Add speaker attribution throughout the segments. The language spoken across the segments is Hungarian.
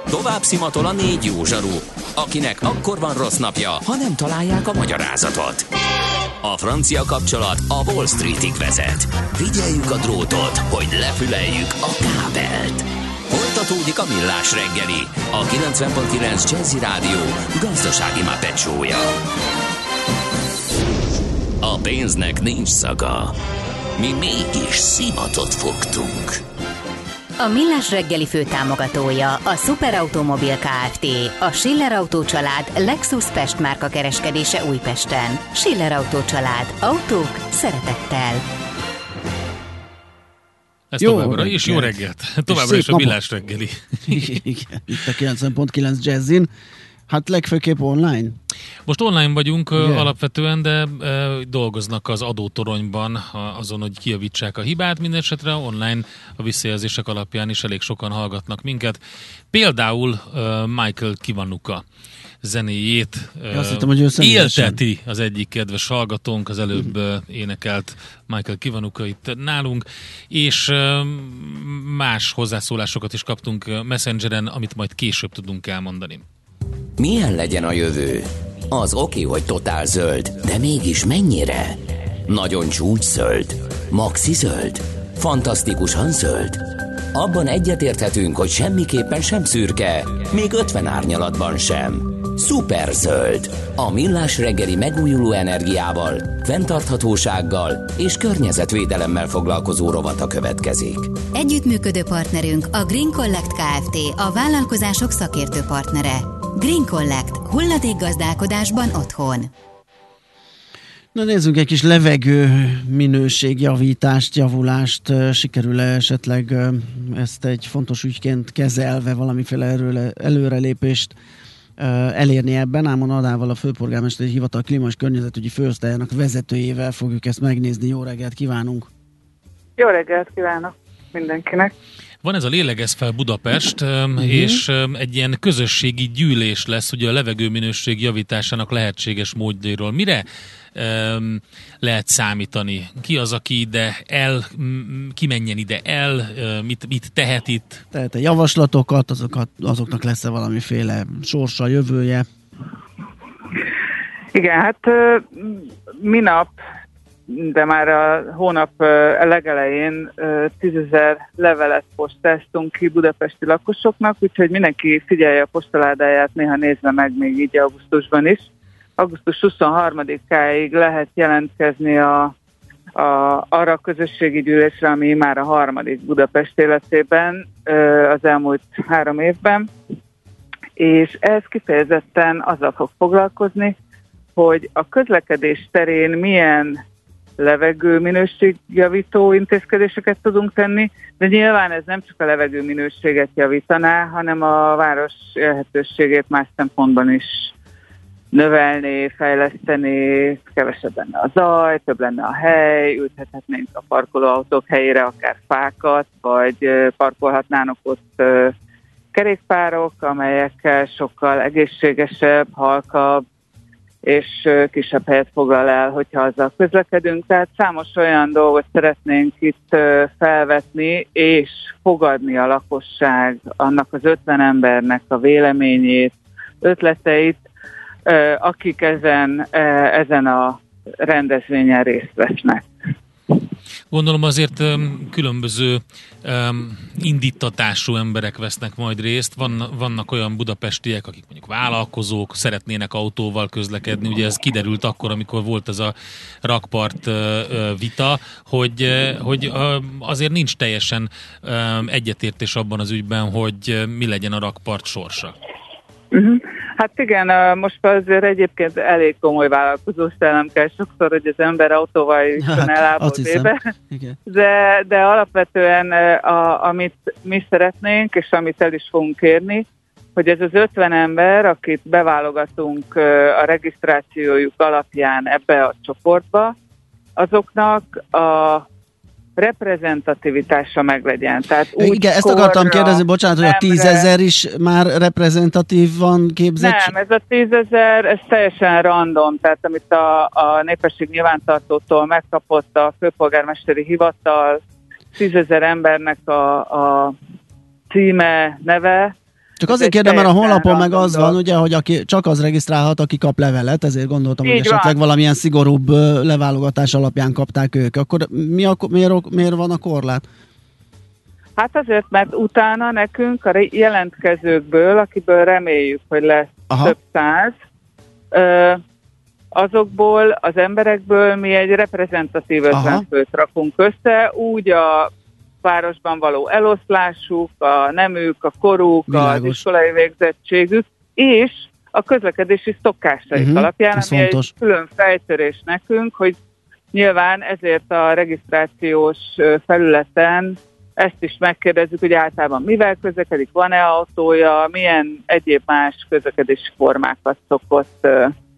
Speaker 1: Tovább szimatol a 4 jó zsaru, akinek akkor van rossz napja, ha nem találják a magyarázatot. A francia kapcsolat a Wall Streetig vezet. Figyeljük a drótot, hogy lefüleljük a kábelt. Folytatódik a Millás reggeli, a 90.9 Jazzy Rádió gazdasági mápecsója. A pénznek nincs szaga. Mi mégis szimatot fogtunk.
Speaker 2: A Millás reggeli főtámogatója a Superautomobil Kft. A Schiller Autó család Lexus Pest márka kereskedése Újpesten. Schiller Autó család. Autók szeretettel.
Speaker 3: Ez továbbra is jó reggelt. Továbbra is a Millás reggeli.
Speaker 4: Igen, itt a 90.9 Jazzin. Hát legfőképp online.
Speaker 3: Most online vagyunk alapvetően, de dolgoznak az adótoronyban azon, hogy kijavítsák a hibát. Mindenesetre online a visszajelzések alapján is elég sokan hallgatnak minket. Például Michael Kiwanuka zenéjét élteti az egyik kedves hallgatónk, az előbb énekelt Michael Kiwanuka itt nálunk, és más hozzászólásokat is kaptunk Messengeren, amit majd később tudunk elmondani.
Speaker 1: Milyen legyen a jövő? Az oké, hogy totál zöld, de mégis mennyire? Nagyon csúcs zöld? Maxi zöld? Fantasztikusan zöld? Abban egyetérthetünk, hogy semmiképpen sem szürke, még 50 árnyalatban sem. Szuper zöld. A Millás reggeli megújuló energiával, fenntarthatósággal és környezetvédelemmel foglalkozó rovata következik.
Speaker 2: Együttműködő partnerünk a Green Collect Kft. A vállalkozások szakértő partnere. Green Collect. Hulladékgazdálkodásban otthon.
Speaker 4: Na nézzünk egy kis levegő minőségjavítást, javulást. Sikerül esetleg ezt egy fontos ügyként kezelve valamiféle előrelépést elérni ebben? Ámon Adával, a főpolgármesteri hivatal klíma- és környezetügyi főosztályának vezetőjével fogjuk ezt megnézni. Jó reggelt kívánunk!
Speaker 5: Jó reggelt kívánok mindenkinek!
Speaker 3: Van ez a Lélegezz fel Budapest, és egy ilyen közösségi gyűlés lesz ugye a levegőminőség javításának lehetséges módjairól. Mire lehet számítani? Ki az, aki ide ki menjen ide el, mit tehet itt?
Speaker 4: Tehát a javaslatokat, azoknak lesz-e valamiféle sorsa, jövője?
Speaker 5: Igen, hát minap, de már a hónap legelején 10 000 levelet postáztunk ki budapesti lakosoknak, úgyhogy mindenki figyelje a postaládáját, néha nézve meg még így augusztusban is. Augusztus 23-áig lehet jelentkezni arra a közösségi gyűlésre, ami már a harmadik Budapest életében az elmúlt 3 évben, és ez kifejezetten azzal fog foglalkozni, hogy a közlekedés terén milyen levegő minőségjavító intézkedéseket tudunk tenni, de nyilván ez nem csak a levegő minőséget javítaná, hanem a város élhetőségét más szempontban is növelni, fejleszteni, kevesebb lenne a zaj, több lenne a hely, ültethetnénk a parkolóautók helyére akár fákat, vagy parkolhatnának ott kerékpárok, amelyekkel sokkal egészségesebb, halkabb és kisebb helyet foglal el, hogyha azzal közlekedünk. Tehát számos olyan dolgot szeretnénk itt felvetni, és fogadni a lakosság, annak az 50 embernek a véleményét, ötleteit, akik ezen a rendezvényen részt vesznek.
Speaker 3: Gondolom azért különböző indítatású emberek vesznek majd részt. Vannak olyan budapestiek, akik mondjuk vállalkozók, szeretnének autóval közlekedni. Ugye ez kiderült akkor, amikor volt ez a rakpart vita, hogy azért nincs teljesen egyetértés abban az ügyben, hogy mi legyen a rakpart sorsa.
Speaker 5: Hát igen, most azért egyébként elég komoly vállalkozós szellem kell sokszor, hogy az ember autóval jusson el A-ból B-be. De alapvetően amit mi szeretnénk, és amit el is fogunk kérni, hogy ez az 50 ember, akit beválogatunk a regisztrációjuk alapján ebbe a csoportba, azoknak a reprezentativitása meglegyen. Tehát úgy
Speaker 4: igen, ezt akartam kérdezni, bocsánat, hogy a 10 000 is már reprezentatívan képzett?
Speaker 5: Nem, ez a 10 000, ez teljesen random, tehát amit a népesség nyilvántartótól megkapott a főpolgármesteri hivatal 10 000 embernek a címe, neve,
Speaker 4: Csak azért kérdem, mert a honlapon meg az van, ugye, hogy aki csak az regisztrálhat, aki kap levelet, ezért gondoltam, hogy esetleg valamilyen szigorúbb leválogatás alapján kapták ők. Akkor miért van a korlát?
Speaker 5: Hát azért, mert utána nekünk a jelentkezőkből, akiből reméljük, hogy lesz több száz, azokból az emberekből mi egy reprezentatív 50 főt rakunk össze, úgy a városban való eloszlásuk, a nemük, a koruk, az iskolai végzettségük, és a közlekedési szokásaik alapján, ami egy külön fejtörés nekünk, hogy nyilván ezért a regisztrációs felületen ezt is megkérdezzük, hogy általában mivel közlekedik, van-e autója, milyen egyéb más közlekedési formákat szokott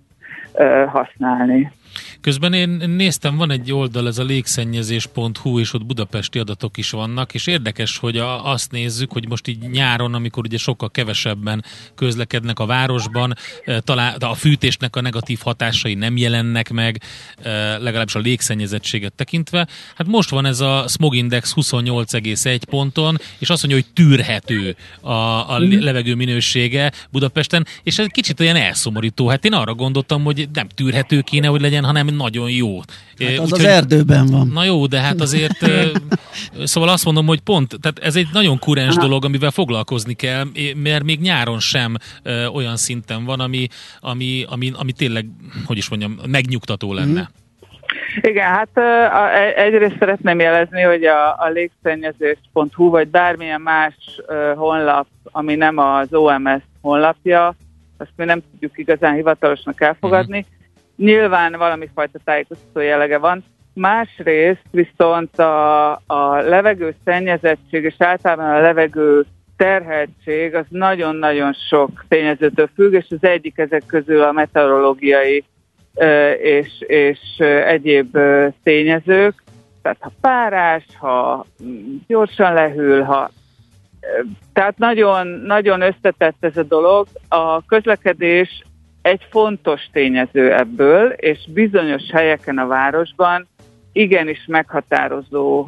Speaker 5: használni.
Speaker 3: Közben én néztem, van egy oldal, ez a légszennyezés.hu, és ott budapesti adatok is vannak, és érdekes, hogy azt nézzük, hogy most így nyáron, amikor ugye sokkal kevesebben közlekednek a városban, talán a fűtésnek a negatív hatásai nem jelennek meg, legalábbis a légszennyezettséget tekintve. Hát most van ez a Smog Index 28,1 ponton, és azt mondja, hogy tűrhető a levegő minősége Budapesten, és ez kicsit olyan elszomorító. Hát én arra gondoltam, hogy nem tűrhető kéne, hogy legyen, hanem nagyon jó.
Speaker 4: Hát az erdőben van.
Speaker 3: Na jó, de hát azért szóval azt mondom, hogy tehát ez egy nagyon kurens dolog, amivel foglalkozni kell, mert még nyáron sem olyan szinten van, ami tényleg, hogy is mondjam, megnyugtató lenne.
Speaker 5: Igen, hát egyrészt szeretném jelezni, hogy a légszennyezés.hu vagy bármilyen más honlap, ami nem az OMS honlapja, azt mi nem tudjuk igazán hivatalosnak elfogadni. Nyilván valami fajta tájékoztató jellege van. Másrészt viszont a levegő szennyezettség és általában a levegő terheltség az nagyon-nagyon sok tényezőtől függ, és az egyik ezek közül a meteorológiai és egyéb tényezők. Tehát ha párás, ha gyorsan lehűl, tehát nagyon, nagyon összetett ez a dolog. A közlekedés egy fontos tényező ebből, és bizonyos helyeken a városban igenis meghatározó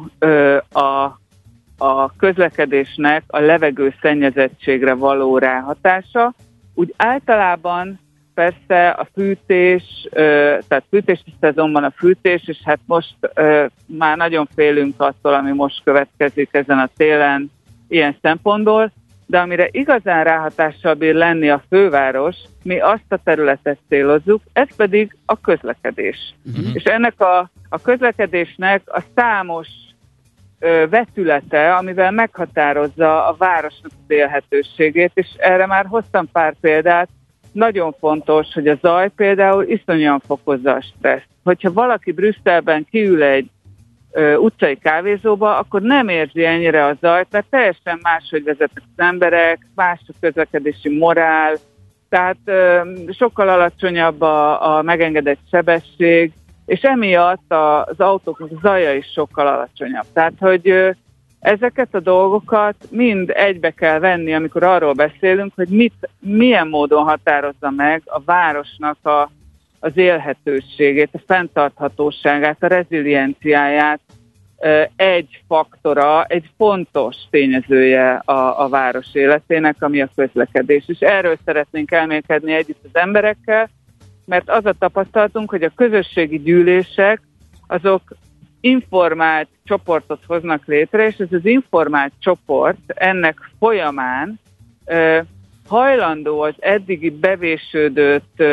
Speaker 5: a közlekedésnek a levegő szennyezettségre való ráhatása. Úgy általában persze a fűtés, tehát fűtési szezonban a fűtés, és hát most már nagyon félünk attól, ami most következik ezen a télen ilyen szempontból, de amire igazán ráhatással bír lenni a főváros, mi azt a területet célozzuk, ez pedig a közlekedés. És ennek a közlekedésnek a számos vetülete, amivel meghatározza a városnak az élhetőségét, és erre már hoztam pár példát. Nagyon fontos, hogy a zaj például iszonyan fokozza a stresszt. Hogyha valaki Brüsszelben kiül egy utcai kávézóba, akkor nem érzi ennyire a zajt, mert teljesen máshogy vezetnek az emberek, más a közlekedési morál, tehát sokkal alacsonyabb a megengedett sebesség, és emiatt az autóknak zaja is sokkal alacsonyabb. Tehát, hogy ezeket a dolgokat mind egybe kell venni, amikor arról beszélünk, hogy milyen módon határozza meg a városnak az élhetőségét, a fenntarthatóságát, a rezilienciáját egy faktora, egy fontos tényezője a város életének, ami a közlekedés. És erről szeretnénk elmélkedni együtt az emberekkel, mert az a tapasztalatunk, hogy a közösségi gyűlések azok informált csoportot hoznak létre, és ez az informált csoport ennek folyamán hajlandó az eddigi bevésődött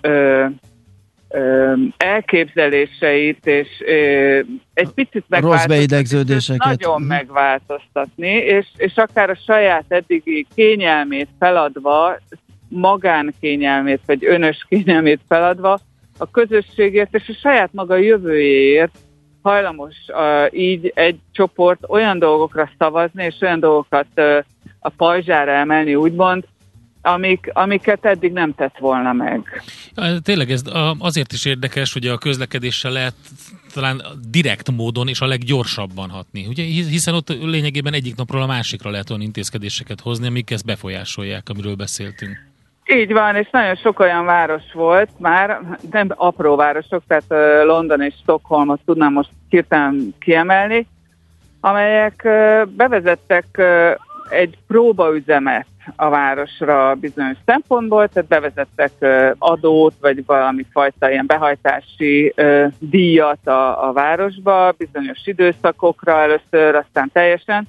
Speaker 5: elképzeléseit, és egy picit nagyon megváltoztatni, és akár a saját eddigi kényelmét feladva, magánkényelmét, vagy önös kényelmét feladva, a közösségért és a saját maga jövőjéért hajlamos így egy csoport olyan dolgokra szavazni, és olyan dolgokat a pajzsára emelni, úgymond, amiket eddig nem tett volna meg.
Speaker 3: Tényleg ez azért is érdekes, hogy a közlekedéssel lehet talán direkt módon és a leggyorsabban hatni. Ugye, hiszen ott lényegében egyik napról a másikra lehet olyan intézkedéseket hozni, amik ezt befolyásolják, amiről beszéltünk.
Speaker 5: Így van, és nagyon sok olyan város volt már, nem apró városok, tehát London és Stockholmot tudnám most hirtelen kiemelni, amelyek bevezettek egy próbaüzemet a városra bizonyos szempontból, tehát bevezettek adót, vagy valami fajta ilyen behajtási díjat a városba, bizonyos időszakokra először, aztán teljesen,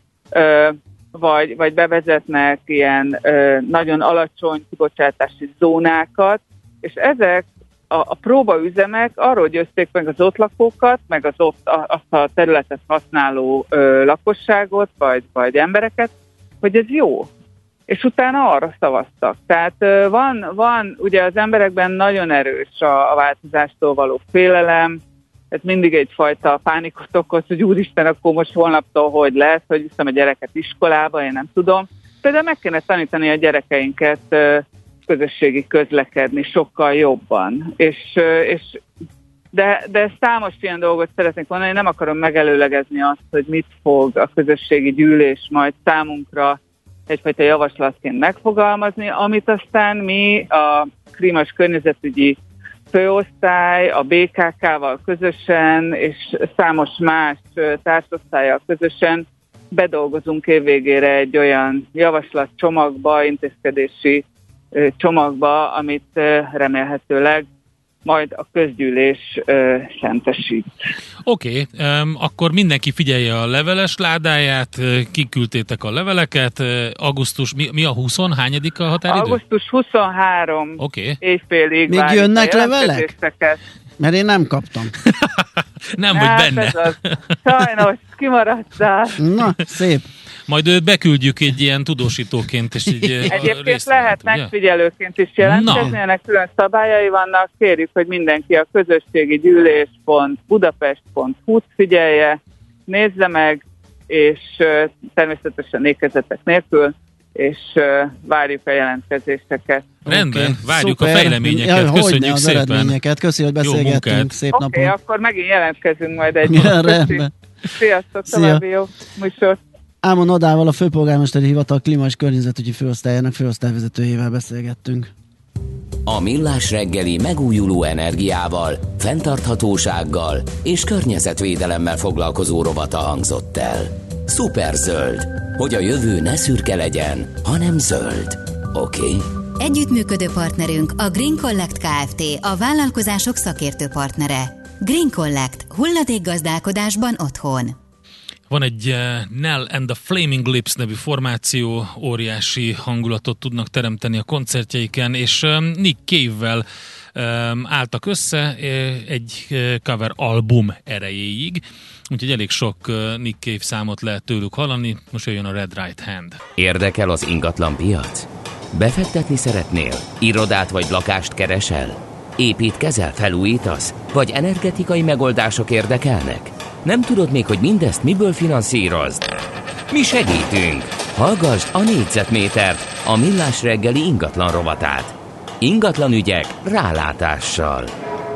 Speaker 5: vagy bevezetnek ilyen nagyon alacsony kibocsátási zónákat, és ezek a próbaüzemek arról győzték meg az ott lakókat, meg azt a területet használó lakosságot, vagy embereket, hogy ez jó. És utána arra szavaztak. Tehát van ugye az emberekben nagyon erős a változástól való félelem, ez mindig egyfajta pánikot okoz, hogy úristen, akkor most holnaptól hogy lesz, hogy viszem a gyereket iskolába, én nem tudom. Például meg kéne tanítani a gyerekeinket közösségi közlekedni sokkal jobban. De számos ilyen dolgot szeretnék mondani, én nem akarom megelőlegezni azt, hogy mit fog a közösségi gyűlés majd számunkra egyfajta javaslatként megfogalmazni, amit aztán mi a klímas környezetügyi főosztály, a BKK-val közösen és számos más társosztállyal közösen bedolgozunk évvégére egy olyan javaslatcsomagba, intézkedési csomagba, amit remélhetőleg majd a közgyűlés szentesít.
Speaker 3: Oké, akkor mindenki figyelje a leveles ládáját, kiküldtétek a leveleket, augusztus, mi a 20, hányadika a határidő?
Speaker 5: Augusztus 23 éjfélig.
Speaker 4: Még jönnek levelek? Mert én nem kaptam.
Speaker 3: Nem vagy benne.
Speaker 5: Sajnos, kimaradtál.
Speaker 4: Na, szép.
Speaker 3: Majd őt beküldjük egy ilyen tudósítóként. És
Speaker 5: egyébként lehet megfigyelőként is jelentkezni, ennek külön szabályai vannak. Kérjük, hogy mindenki a közösségi gyűlés.budapest.hu-t figyelje, nézze meg, és természetesen ékezetek nélkül, és várjuk a jelentkezéseket.
Speaker 3: Rendben, várjuk a fejleményeket. Köszönjük szépen.
Speaker 4: Az eredményeket. Köszönjük, hogy beszélgettünk. Szép napot.
Speaker 5: Oké, akkor megint jelentkezünk majd egy. Sziasztok, további jó műsor.
Speaker 4: Ámon Adával, a főpolgármesteri hivatal klíma és környezetügyi főosztályának főosztályvezetőjével beszélgettünk.
Speaker 1: A Millás reggeli megújuló energiával, fenntarthatósággal és környezetvédelemmel foglalkozó rovata hangzott el. Szuperzöld, hogy a jövő ne szürke legyen, hanem zöld. Oké?
Speaker 2: Együttműködő partnerünk a Green Collect Kft., a vállalkozások szakértő partnere. Green Collect. Hulladékgazdálkodásban otthon.
Speaker 3: Van egy Nell and the Flaming Lips nevű formáció, óriási hangulatot tudnak teremteni a koncertjeiken, és Nick Cave-vel álltak össze egy cover album erejéig, úgyhogy elég sok Nick Cave számot lehet tőlük hallani. Most jön a Red Right Hand.
Speaker 1: Érdekel az ingatlan piac? Befektetni szeretnél? Irodát vagy lakást keresel? Építkezel, felújítasz? Vagy energetikai megoldások érdekelnek? Nem tudod még, hogy mindezt miből finanszírozd? Mi segítünk! Hallgasd a Négyzetmétert, a Millás reggeli ingatlan rovatát. Ingatlan ügyek rálátással.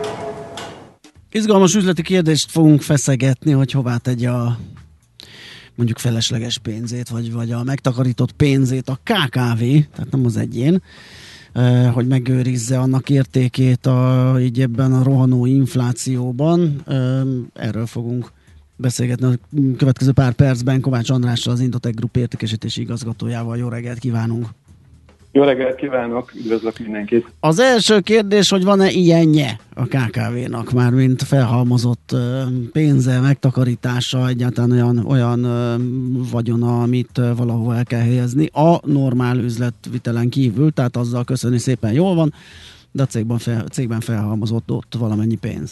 Speaker 4: Izgalmas üzleti kérdést fogunk feszegetni, hogy hová tegye a mondjuk felesleges pénzét, vagy a megtakarított pénzét a KKV, tehát nem az egyén, hogy megőrizze annak értékét így ebben a rohanó inflációban. Erről fogunk beszélgetni a következő pár percben Kovács Andrással, az Indotech Group értékesítési igazgatójával. Jó reggelt kívánunk!
Speaker 6: Jó reggelt kívánok, üdvözlök mindenkit!
Speaker 4: Az első kérdés, hogy van-e ilyenje a KKV-nak, már mint felhalmozott pénze, megtakarítása, egyáltalán olyan vagyona, amit valahol el kell helyezni a normál üzletvitelen kívül, tehát azzal köszönni szépen jól van, de a cégben felhalmozott ott valamennyi pénz.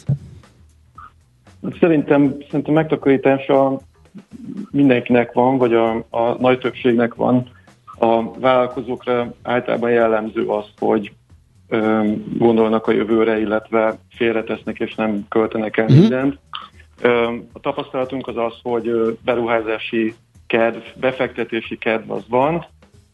Speaker 6: Szerintem megtakarítása mindenkinek van, vagy a nagy többségnek van. A vállalkozókra általában jellemző az, hogy gondolnak a jövőre, illetve félretesznek és nem költenek el mindent. A tapasztalatunk az az, hogy beruházási kedv, befektetési kedv az van.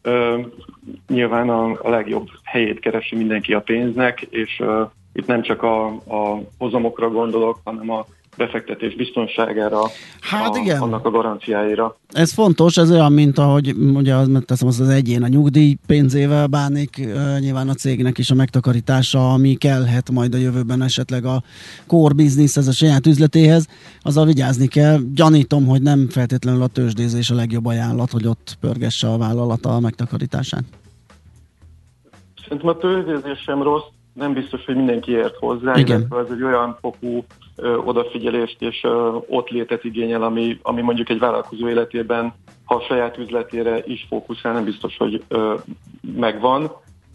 Speaker 6: Nyilván a legjobb helyét keresi mindenki a pénznek, és itt nem csak a hozamokra gondolok, hanem a befektetés biztonságára,
Speaker 4: igen.
Speaker 6: annak a garanciáira.
Speaker 4: Ez fontos, ez olyan, mint ahogy ugye teszem az egyén a nyugdíj pénzével bánik, nyilván a cégnek is a megtakarítása, ami kellhet majd a jövőben esetleg a core business, ez a saját üzletéhez, azzal vigyázni kell. Gyanítom, hogy nem feltétlenül a tőzsdézés a legjobb ajánlat, hogy ott pörgesse a vállalata a megtakarítását.
Speaker 6: Szerintem a tőzsdézés sem rossz, nem biztos, hogy mindenki ért hozzá,
Speaker 4: igen.
Speaker 6: illetve ez egy olyan fokú odafigyelést és ott létet igényel, ami mondjuk egy vállalkozó életében, ha a saját üzletére is fókuszál, nem biztos, hogy megvan.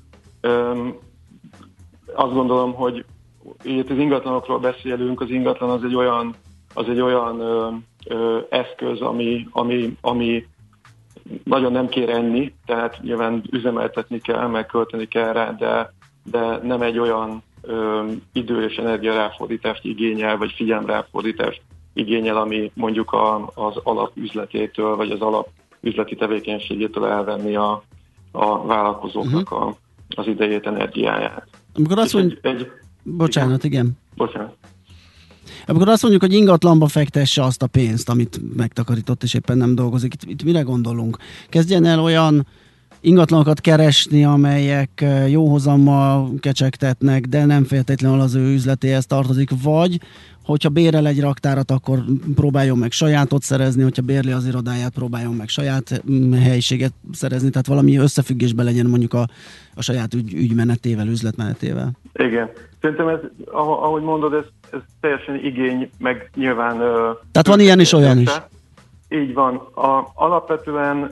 Speaker 6: Azt gondolom, hogy itt az ingatlanokról beszélünk, az ingatlan az egy olyan eszköz, ami nagyon nem kér enni, tehát nyilván üzemeltetni kell, meg költeni kell rá, de nem egy olyan idő és energia ráfordítást igényel, vagy figyelemráfordítást igényel, ami mondjuk az alapüzletétől, vagy az alapüzleti tevékenységétől elvenni a vállalkozóknak az idejét, energiáját.
Speaker 4: Amikor azt mondjuk... Bocsánat.
Speaker 6: Bocsánat.
Speaker 4: Amikor azt mondjuk, hogy ingatlanba fektesse azt a pénzt, amit megtakarított, és éppen nem dolgozik, itt mire gondolunk? Kezdjen el olyan ingatlanokat keresni, amelyek jó hozammal kecsegtetnek, de nem feltétlenül az ő üzletéhez tartozik, vagy hogyha bérel egy raktárat, akkor próbáljon meg sajátot szerezni, hogyha bérli az irodáját, próbáljon meg saját helyiséget szerezni, tehát valami összefüggésben legyen mondjuk a saját ügymenetével, üzletmenetével.
Speaker 6: Igen. Szerintem ez, ahogy mondod, ez teljesen igény, meg nyilván...
Speaker 4: Tehát van ilyen is, olyan is.
Speaker 6: Így van. Alapvetően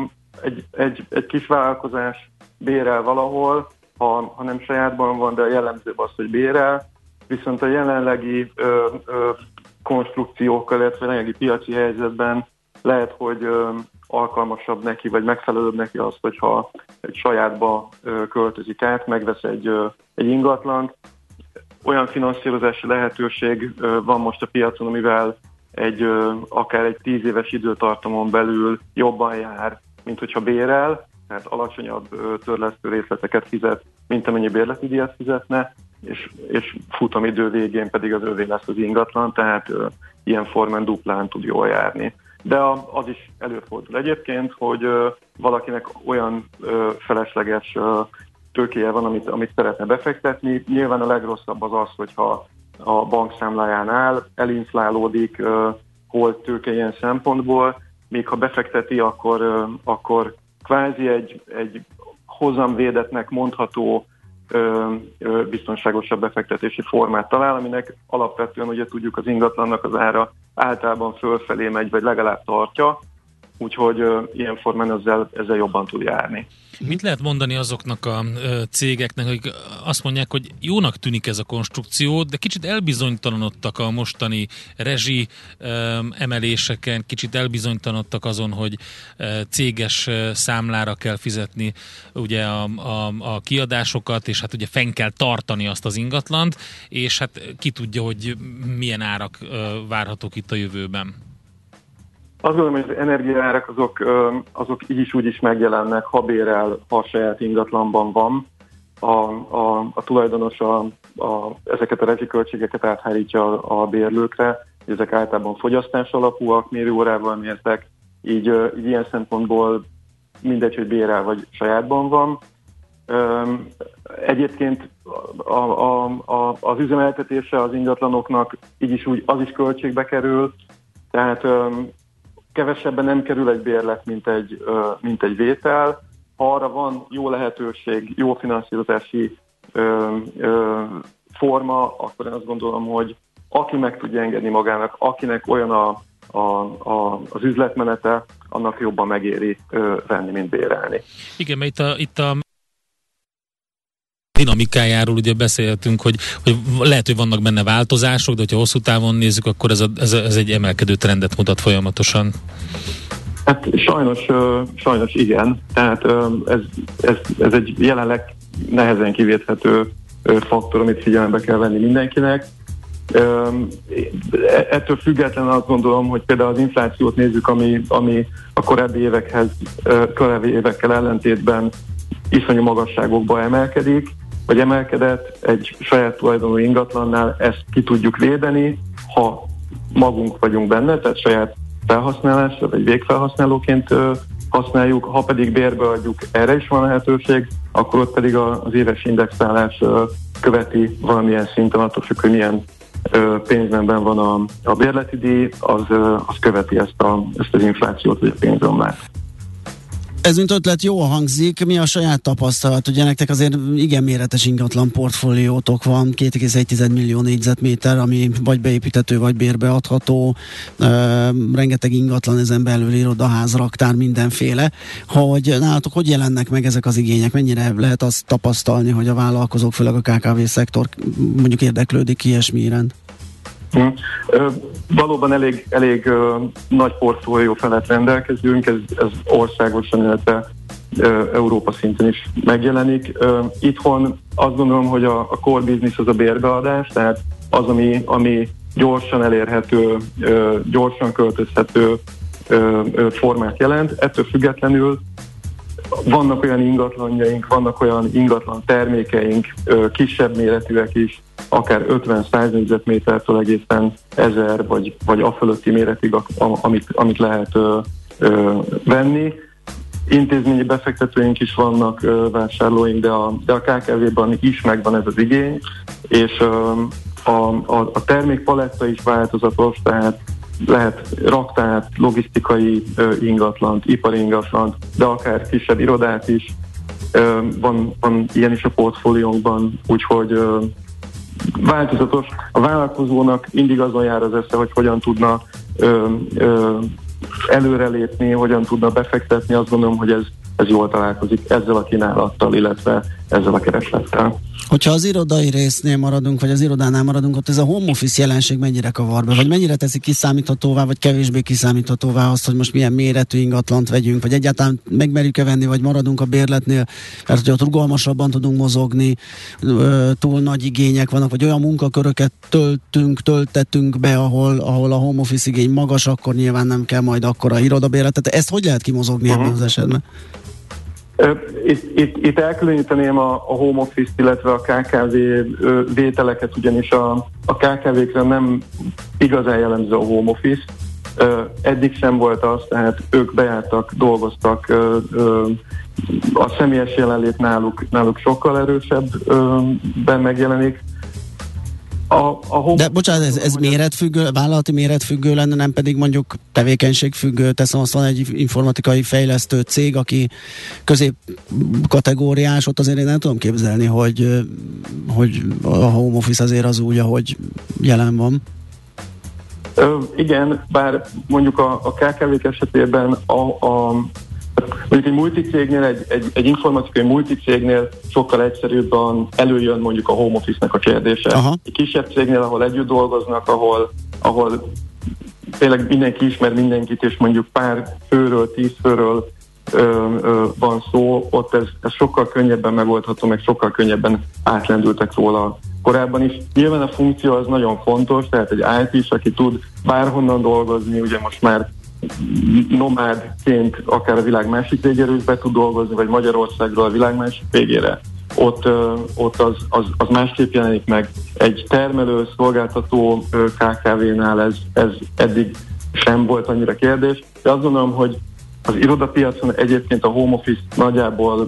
Speaker 6: egy kis vállalkozás bérel valahol, ha nem sajátban van, de jellemzőbb az, hogy bérel, viszont a jelenlegi konstrukciókkal, illetve jelenlegi piaci helyzetben lehet, hogy alkalmasabb neki, vagy megfelelőbb neki az, hogyha egy sajátba költözik át, megvesz egy ingatlant. Olyan finanszírozási lehetőség van most a piacon, amivel akár egy 10 éves időtartamon belül jobban jár, mint hogyha bérel, tehát alacsonyabb törlesztő részleteket fizet, mint amennyi bérleti díjat fizetne, és futamidő végén pedig az övé lesz az ingatlan, tehát ilyen formán duplán tud jól járni. De az is előfordul egyébként, hogy valakinek olyan felesleges tőkéje van, amit szeretne befektetni. Nyilván a legrosszabb az, hogyha a bankszámlájánál elinflálódik hol tőke ilyen szempontból, még ha befekteti, akkor kvázi egy hozamvédetnek mondható biztonságosabb befektetési formát talál, aminek alapvetően ugye tudjuk, az ingatlannak az ára általában fölfelé megy, vagy legalább tartja, úgyhogy ilyen formán ezzel jobban tud járni.
Speaker 3: Mit lehet mondani azoknak a cégeknek, akik azt mondják, hogy jónak tűnik ez a konstrukció, de kicsit elbizonytalanodtak a mostani rezsi emeléseken, kicsit elbizonytalanodtak azon, hogy céges számlára kell fizetni ugye a kiadásokat, és hát ugye fenn kell tartani azt az ingatlant, és hát ki tudja, hogy milyen árak várhatók itt a jövőben.
Speaker 6: Azt gondolom, hogy az energiaárak azok így is úgy is megjelennek, ha bérel, ha saját ingatlanban van. A tulajdonos ezeket a rezsiköltségeket áthárítja a bérlőkre, ezek általában fogyasztás alapúak, mérőórával mértek, így ilyen szempontból mindegy, hogy bérel vagy sajátban van. Egyébként az üzemeltetése az ingatlanoknak így is úgy az is költségbe kerül, tehát kevesebben nem kerül egy bérlet, mint egy vétel. Ha arra van jó lehetőség, jó finanszírozási forma, akkor én azt gondolom, hogy aki meg tudja engedni magának, akinek olyan az üzletmenete, annak jobban megéri venni, mint bérelni. Igen,
Speaker 3: mert itt a dinamikájáról ugye beszéltünk, hogy lehet, hogy vannak benne változások, de ha hosszú távon nézzük, akkor ez egy emelkedő trendet mutat folyamatosan.
Speaker 6: Hát sajnos igen. Tehát ez egy jelenleg nehezen kivéthető faktor, amit figyelembe kell venni mindenkinek. Ettől függetlenül azt gondolom, hogy például az inflációt nézzük, ami a korábbi évekkel ellentétben iszonyú magasságokba emelkedik, vagy emelkedett, egy saját tulajdonú ingatlannál ezt ki tudjuk védeni, ha magunk vagyunk benne, tehát saját felhasználásra, vagy végfelhasználóként használjuk, ha pedig bérbe adjuk, erre is van lehetőség, akkor ott pedig az éves indexálás követi valamilyen szinten, attól függ, hogy milyen pénznemben van a bérleti díj, az követi ezt az inflációt, vagy a pénzromlást.
Speaker 4: Ez mint ötlet jól hangzik, mi a saját tapasztalat? Ugye nektek azért igen méretes ingatlan portfóliótok van, 2,1 millió négyzetméter, ami vagy beépíthető, vagy bérbeadható, rengeteg ingatlan, ezen belül irodaház, raktár, mindenféle. Hogy nálatok hogy jelennek meg ezek az igények? Mennyire lehet azt tapasztalni, hogy a vállalkozók, főleg a KKV-szektor mondjuk érdeklődik ilyesmi iránt?
Speaker 6: Valóban elég nagy portfólió felett rendelkezünk, ez országosan, illetve Európa szinten is megjelenik. Itthon azt gondolom, hogy a core business az a bérbeadás, tehát az, ami gyorsan elérhető, gyorsan költözhető formát jelent. Ettől függetlenül vannak olyan ingatlanjaink, vannak olyan ingatlan termékeink, kisebb méretűek is, akár 50-100 négyzetmétertől egészen 1000 vagy a fölötti méretig, amit lehet venni. Intézményi befektetőink is vannak, vásárlóink, de a KKV-ban is megvan ez az igény, és a termékpaletta is változatos, tehát lehet raktárt, logisztikai ingatlant, ipari ingatlant, de akár kisebb irodát is. Van ilyen is a portfóliónkban, úgyhogy változatos. A vállalkozónak mindig azon jár az esze, hogy hogyan tudna előrelépni, hogyan tudna befektetni. Azt gondolom, hogy ez jól találkozik ezzel a kínálattal, illetve ezzel a kereslettel.
Speaker 4: Hogyha az irodai résznél maradunk, vagy az irodánál maradunk, ott ez a home office jelenség mennyire kavar be, vagy mennyire teszi kiszámíthatóvá, vagy kevésbé kiszámíthatóvá azt, hogy most milyen méretű ingatlant vegyünk, vagy egyáltalán megmerjük-e venni, vagy maradunk a bérletnél, mert hogy ott rugalmasabban tudunk mozogni, túl nagy igények vannak, vagy olyan munkaköröket töltetünk be, ahol a home office igény magas, akkor nyilván nem kell majd akkora irodabérletet. Ezt hogy lehet kimozogni ebben az esetben?
Speaker 6: Itt elkülöníteném a home office, illetve a KKV vételeket, ugyanis a KKV-kre nem igazán jellemző a home office. Eddig sem volt az, tehát ők bejártak, dolgoztak, a személyes jelenlét náluk sokkal erősebben megjelenik.
Speaker 4: De bocsánat, ez méretfüggő, vállalati méretfüggő lenne, nem pedig mondjuk tevékenységfüggő. Teszem, azt van egy informatikai fejlesztő cég, aki középkategóriás, ott azért én nem tudom képzelni, hogy a home office azért az úgy, ahogy jelen van.
Speaker 6: Igen, bár mondjuk a KKV-k esetében mondjuk egy multicégnél, egy informatikai multicégnél sokkal egyszerűbben előjön mondjuk a home office-nek a kérdése. Aha. Egy kisebb cégnél, ahol együtt dolgoznak, ahol tényleg mindenki ismer mindenkit, és mondjuk pár főről, 10 főről van szó, ott ez sokkal könnyebben megoldható, meg sokkal könnyebben átlendültek róla korábban is. Nyilván a funkció az nagyon fontos, tehát egy IT-s, aki tud bárhonnan dolgozni, ugye most már nomádként akár a világ másik végéről is be tud dolgozni, vagy Magyarországról a világ másik végére. Ott az másképp jelenik meg. Egy termelő, szolgáltató KKV-nál ez eddig sem volt annyira kérdés, de azt gondolom, hogy az irodapiacon egyébként a home office nagyjából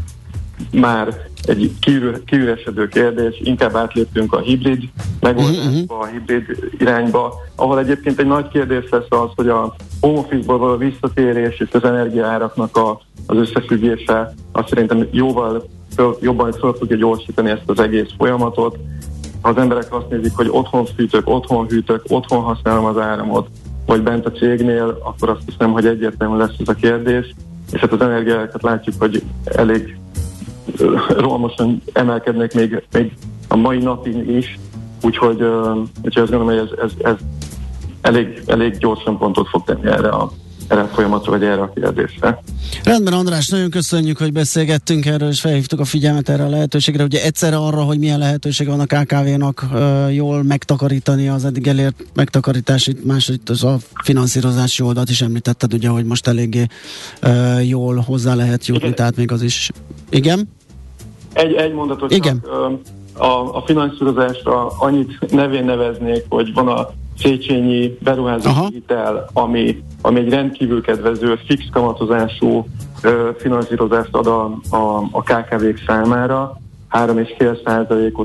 Speaker 6: már egy kiüresedő kérdés, inkább átléptünk a hibrid megoldásba, a hibrid irányba, ahol egyébként egy nagy kérdés lesz az, hogy a home office-ból való visszatérés és az energiaáraknak az összefüggése, azt szerintem jobban föl fogja gyorsítani ezt az egész folyamatot. Ha az emberek azt nézik, hogy otthon fűtök, otthon hűtök, otthon használom az áramot, vagy bent a cégnél, akkor azt hiszem, hogy egyértelmű lesz ez a kérdés, és hát az energiákat látjuk, hogy elég rohamosan emelkednek még a mai napig is, úgyhogy azt gondolom, hogy ez elég gyorsan pontot fog tenni erre a folyamatra, vagy erre a kérdésre.
Speaker 4: Rendben, András, nagyon köszönjük, hogy beszélgettünk erről, és felhívtuk a figyelmet erre a lehetőségre. Ugye egyszerre arra, hogy milyen lehetőség van a KKV-nak jól megtakarítani az eddig elért megtakarításit, másrészt az a finanszírozási oldalt is említetted, ugye, hogy most eléggé jól hozzá lehet jutni, igen. Tehát még az is... Igen?
Speaker 6: Egy mondatot csak. A finanszírozásra annyit nevén neveznék, hogy van a Széchenyi beruházási hitel, ami egy rendkívül kedvező, fix kamatozású finanszírozást ad a KKV-k számára, 3,5%-os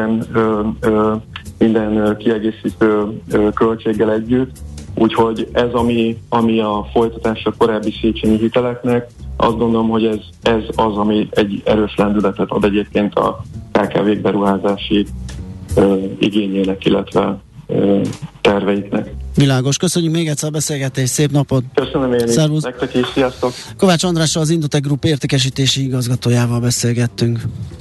Speaker 6: minden kiegészítő költséggel együtt. Úgyhogy ez, ami a folytatása korábbi Széchenyi hiteleknek, azt gondolom, hogy ez az, ami egy erős lendületet ad egyébként a KKV-k beruházási igényének, illetve terveiknek.
Speaker 4: Világos, köszönjük még egyszer a beszélgetést, szép napot!
Speaker 6: Köszönöm én is, nektek is, sziasztok!
Speaker 4: Kovács Andrással, az Indotech Group értékesítési igazgatójával beszélgettünk.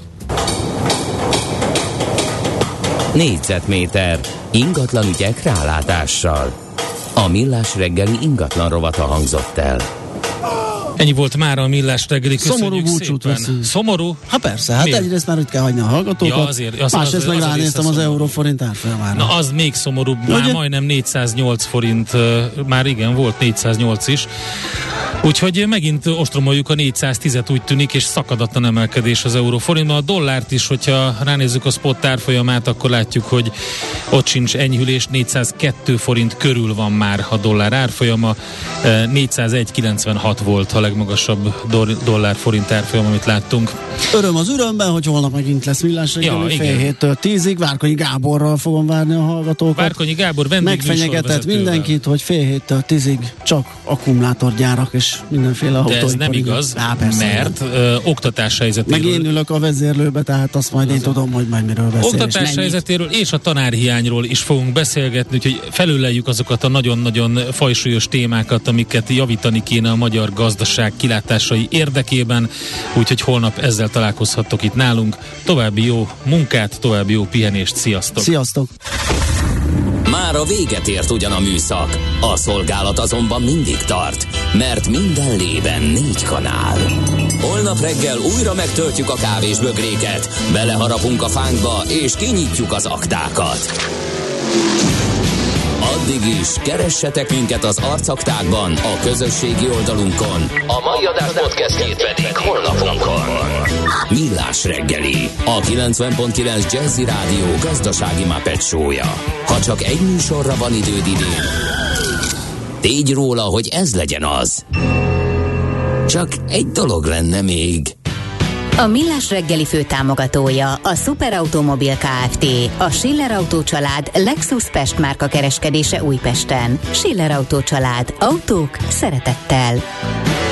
Speaker 1: Négyzetméter ingatlan ügyek rálátással. A Millás reggeli ingatlan rovata hangzott el.
Speaker 3: Ennyi volt már a Millás reggeli, köszönjük szépen. Szomorú?
Speaker 4: Hát persze, hát egyrészt már itt kell hagyni a hallgatókat,
Speaker 3: ja, azért,
Speaker 4: másrészt meg ránéztem az euró-forint árfolyamára.
Speaker 3: Na az még szomorúbb, már majdnem 408 forint, már igen, volt 408 is. Úgyhogy megint ostromoljuk a 410-et, úgy tűnik, és szakadatlan emelkedés az euró-forintban. A dollárt is, hogyha ránézzük a spot árfolyamát, akkor látjuk, hogy ott sincs enyhülés, 402 forint körül van már a dollár árfolyama, 401,96 volt a legmagasabb dollár-forint árfolyam, amit láttunk.
Speaker 4: Öröm az örömben, hogy holnap megint lesz Millás reggeli, fél 7-től 10-ig. Várkonyi Gáborral fogom várni a hallgatókat.
Speaker 3: Várkonyi Gábor
Speaker 4: megfenyegetett mindenkit, hogy fél 7-től 10-ig csak akkumulátorgyárak és mindenféle autóipar.
Speaker 3: De ez nem igaz, mert oktatáshelyzetéről.
Speaker 4: Meg én ülök a vezérlőbe, tehát azt majd én tudom, hogy majd miről beszél.
Speaker 3: Oktatáshelyzetéről és a tanárhiányról is fogunk beszélgetni, úgyhogy felüleljük azokat a nagyon-nagyon fajsúlyos témákat, amiket javítani kéne a magyar gazdaság kilátásai érdekében, úgyhogy holnap ezzel találkozhattok itt nálunk. További jó munkát, további jó pihenést, sziasztok!
Speaker 4: Sziasztok!
Speaker 1: Már a véget ért ugyan a műszak, a szolgálat azonban mindig tart, mert minden lében 4 kanál. Holnap reggel újra megtöltjük a kávésbögréket, beleharapunk a fánkba és kinyitjuk az aktákat. Addig is keressetek minket az arcaktákban, a közösségi oldalunkon. A mai adás podcastjét pedig honlapunkon. Millás reggeli, a 90.9 Jazzy Rádió gazdasági Muppet show-ja. Ha csak egy műsorra van időd idén, tégy róla, hogy ez legyen az. Csak egy dolog lenne még.
Speaker 2: A Millás reggeli főtámogatója a Superautomobil Kft. A Schiller Autó család Lexus Pest márka kereskedése Újpesten. Schiller Autó család. Autók szeretettel.